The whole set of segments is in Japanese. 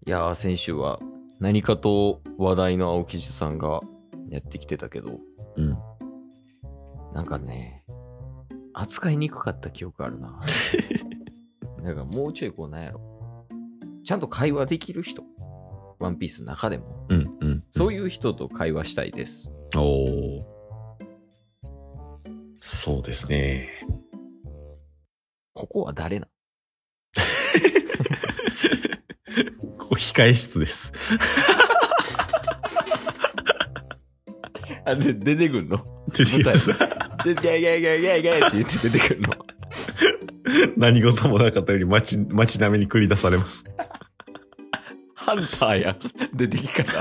いやー、先週は何かと話題の青木樹さんがやってきてたけど、 うん。 なんかね、扱いにくかった記憶あるな。だからもうちょいこうなんやろ。ちゃんと会話できる人。ワンピースの中でも。 うんうん。 そういう人と会話したいです。 おー。そうですね。 ここは誰なここ控え室です。 あ、で、出てくんの出てきます。 ギャーギャーギャーギャーギャーって言って出てくるの。 何事もなかったように街並みに繰り出されます。 ハンターやん。出てきから。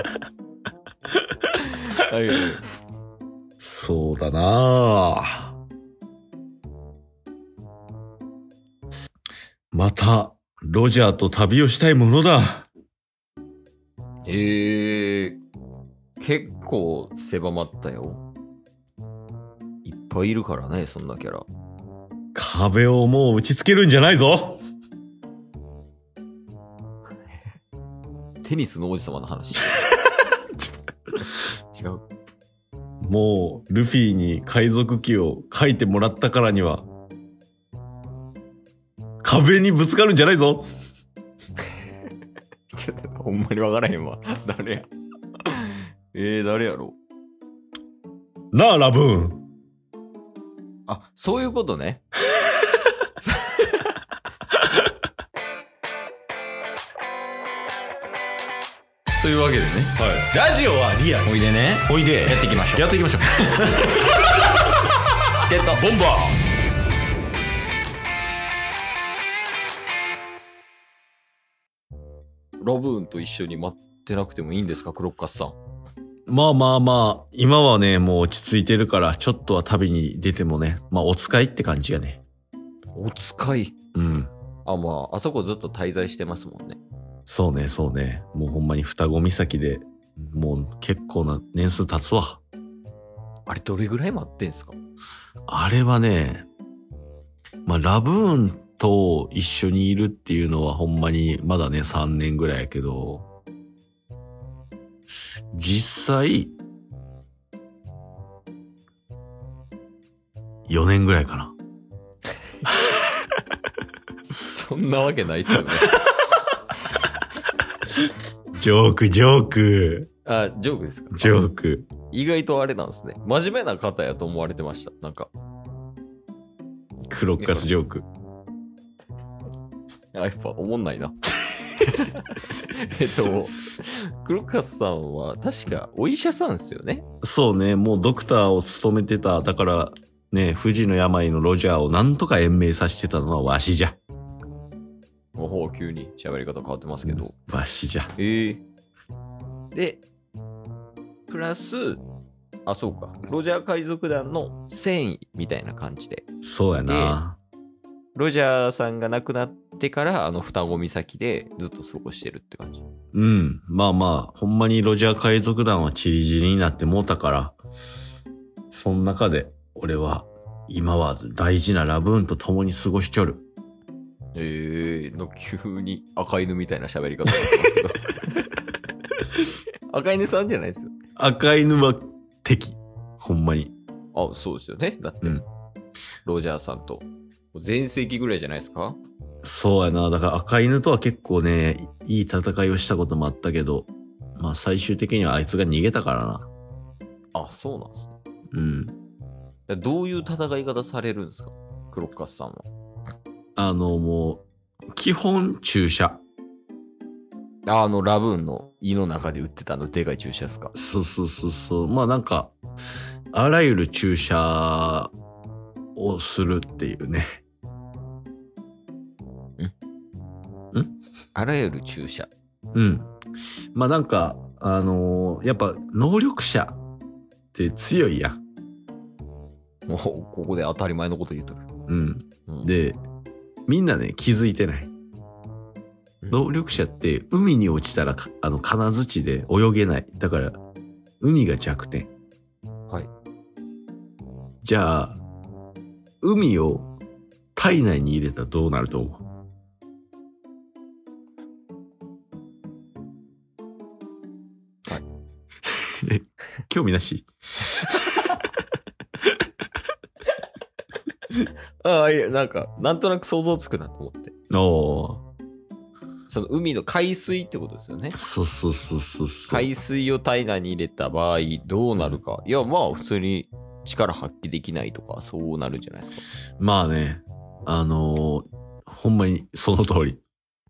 はい、 そうだなぁ。また、ロジャーと旅をしたいものだ。 結構狭まったよ。いっぱいいるからね、そんなキャラ。 壁をもう打ちつけるんじゃないぞ。 テニスの王子様の話。違う。 もう、ルフィに海賊旗を書いてもらったからには、壁にぶつかるんじゃないぞ。 ちょっと、ほんまにわからへんわ。誰や。誰やろ。 なあ、ラブーン。 あ、そういうことね。というわけでね。 はい。ラジオはリアル。 おいでね。 おいで。 やっていきましょう。 やっていきましょう。 ゲットボンバラブーンと一緒に待ってなくてもいいんですか、クロッカスさん。 まあまあまあ、今はね、もう落ち着いてるから、ちょっとは旅に出てもね、まあお使いって感じがね。 お使い。 うん。 あ、まあ、あそこずっと滞在してますもんね。 そうね、そうね。もうほんまに双子岬で、もう結構な年数経つわ。 あれ、どれぐらい待ってんすか？ あれはね、まあラブーンと一緒にいるっていうのはほんまにまだね3年ぐらいやけど、実際、4年ぐらいかな。 そんなわけないっすよね。 ジョーク、ジョーク。 あ、ジョークですか？ ジョーク。 意外とあれなんですね。真面目な方やと思われてました。なんか。 クロッカスジョーク。 やっぱおもんないな。クロッカスさんは確かお医者さんですよね。 そうね、もうドクターを務めてた。だからね、不治の病のロジャーをなんとか延命させてたのはわしじゃ。 おお、急に喋り方変わってますけど。 わしじゃ。 で、プラス、あ、そうか。ロジャー海賊団の戦意みたいな感じで。 そうやな。 ロジャーさんが亡くなってから、双子岬でずっと過ごしてるって感じ。 うん。まあまあ、ほんまにロジャー海賊団はチリチリになってもうたから、その中で、俺は、今は大事なラブーンと共に過ごしちょる。 急に赤犬みたいな喋り方になってますけど。赤犬さんじゃないですよ。 赤犬は敵。ほんまに。 あ、そうですよね。だって、 うん、 ロジャーさんと、全盛期ぐらいじゃないですか？ そうやな。だから赤犬とは結構ね、いい戦いをしたこともあったけど、まあ最終的にはあいつが逃げたからな。 あ、そうなんですね。 うん。 どういう戦い方されるんですか、クロッカスさんは。 もう、基本注射。 ラブーンの胃の中で売ってたでかい注射ですか？ そうそうそうそう。まあなんか、あらゆる注射をするっていうね。 あらゆる注射。 うん。まあなんか、やっぱ能力者って強いやん。 もう、ここで当たり前のこと言うとる。 うん。 うん、 で、みんなね、気づいてない。能力者って海に落ちたら金槌で泳げない。だから、海が弱点。 はい。 じゃあ、海を体、体内に入れたらどうなると思う？ はい興味なし。 ああ、いや、なんか、なんとなく想像つくなと思って。 おー。 その海の海水ってことですよね。 そうそうそうそうそう。 海水を体内に入れた場合どうなるか。いや、まあ普通に力発揮できないとか、そうなるんじゃないですか。 まあね、ほんまにその通り。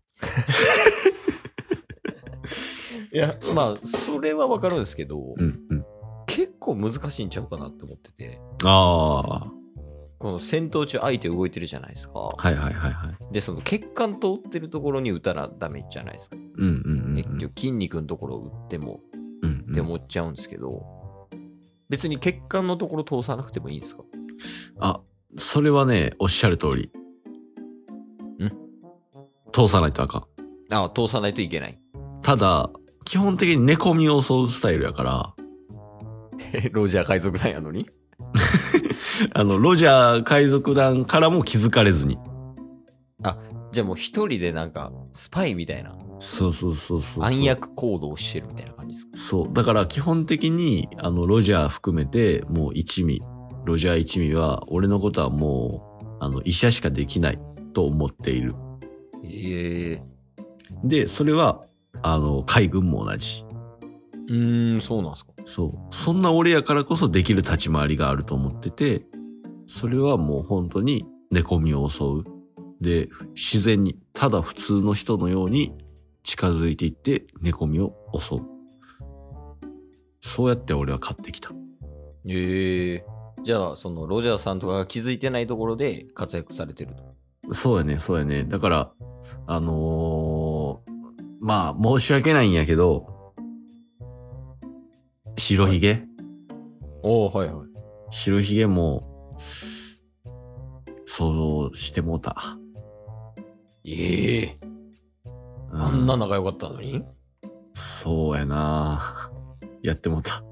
いや、まあ、それはわかるんですけど、 うんうん。 結構難しいんちゃうかなって思ってて、 ああ。 この戦闘中相手動いてるじゃないですか。 はいはいはいはい。 で、その血管通ってるところに打たらダメじゃないですか。 うんうんうん、 結局筋肉のところを打ってもうんうん、 って思っちゃうんですけど、別に血管のところ通さなくてもいいんですか？ あ、それはね、おっしゃる通り。 ん？ 通さないとあかん。 ああ、通さないといけない。 ただ、基本的に寝込みを襲うスタイルやから、 ロジャー海賊団やのにロジャー海賊団からも気づかれずに。 あ、じゃあもう一人でなんか、スパイみたいな。 そうそうそうそう。 暗躍行動をしてるみたいな感じですか？ そう。だから基本的に、ロジャー含めて、もうロジャー一味は、俺のことはもう、医者しかできないと思っている。 ええで、それは、海軍も同じ。 そうなんですか？ そう。そんな俺やからこそできる立ち回りがあると思ってて、それはもう本当に寝込みを襲う。で、自然に、ただ普通の人のように近づいていって寝込みを襲う。そうやって俺は勝ってきた。 じゃあ、そのロジャーさんとかが気づいてないところで活躍されてると。 そうやね、そうやね。だから、まあ、申し訳ないんやけど、白ひげおー、はいはい。 白ひげも、そうしてもうた。 あんな仲良かったのに？ そうやな。やってもうた。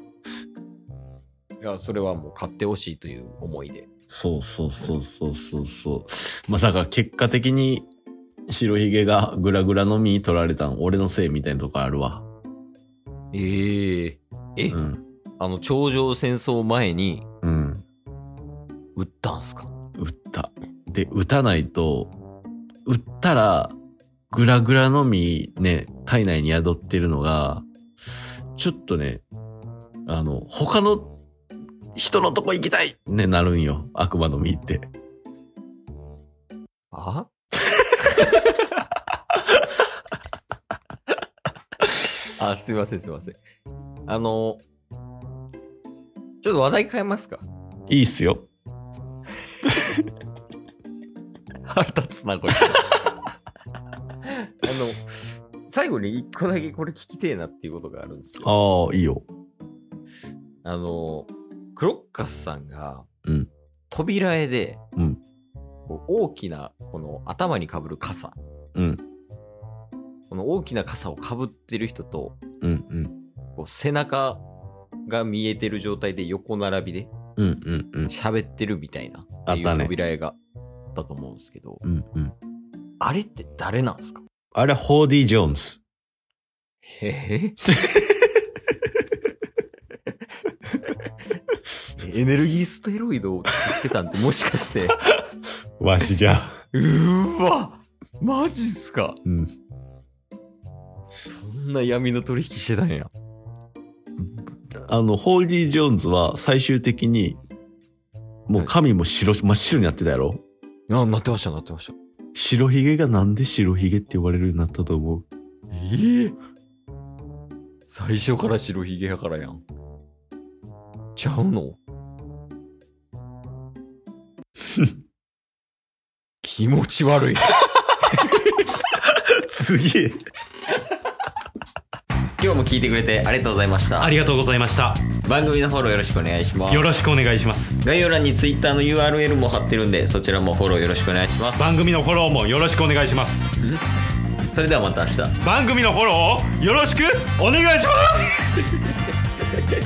いや、それはもう買ってほしいという思いで。 そうそうそうそうそうそう。まさか結果的に白ひげがグラグラの実取られたの俺のせいみたいなとこあるわ。うん。 頂上戦争前に、 うん。 撃ったんすか？ 撃った。で、撃たないと、撃ったら、グラグラの実ね、体内に宿ってるのが、ちょっとね、他の人のとこ行きたいね、なるんよ。悪魔の実って。 ああ、すいませんすいません。ちょっと話題変えますか？ いいっすよ。 腹立つな、これ。最後に一個だけこれ聞きてえなっていうことがあるんですよ。 ああ、いいよ。 クロッカスさんが、 うん。 扉絵で、 うん。 大きな、この頭に被る傘。 うん。 この大きな傘を被ってる人と、 うんうん。 こう背中が見えてる状態で横並びでうんうんうん。 喋ってるみたいなっていうあったね。 扉絵があったと思うんですけど、 うんうん。 あれって誰なんですか？ あれ、ホーディ・ジョーンズ。 へへエネルギーステロイドを作ってたんってもしかして。 わしじゃ。 わマジっすか？ うん。 そんな闇の取引してたんや。 ホーディ・ジョーンズは最終的に、もう髪も真っ白になってたやろ？ あ、なってました、なってました。 白ひげがなんで白ひげって呼ばれるようになったと思う？ 最初から白ひげやからやん。ちゃうの？気持ち悪い。 次。 今日も聞いてくれてありがとうございました。 ありがとうございました。 番組のフォローよろしくお願いします。 よろしくお願いします。 概要欄に Twitter の URL も貼ってるんで、そちらもフォローよろしくお願いします。 番組のフォローもよろしくお願いします。 それではまた明日。 番組のフォローをよろしくお願いします。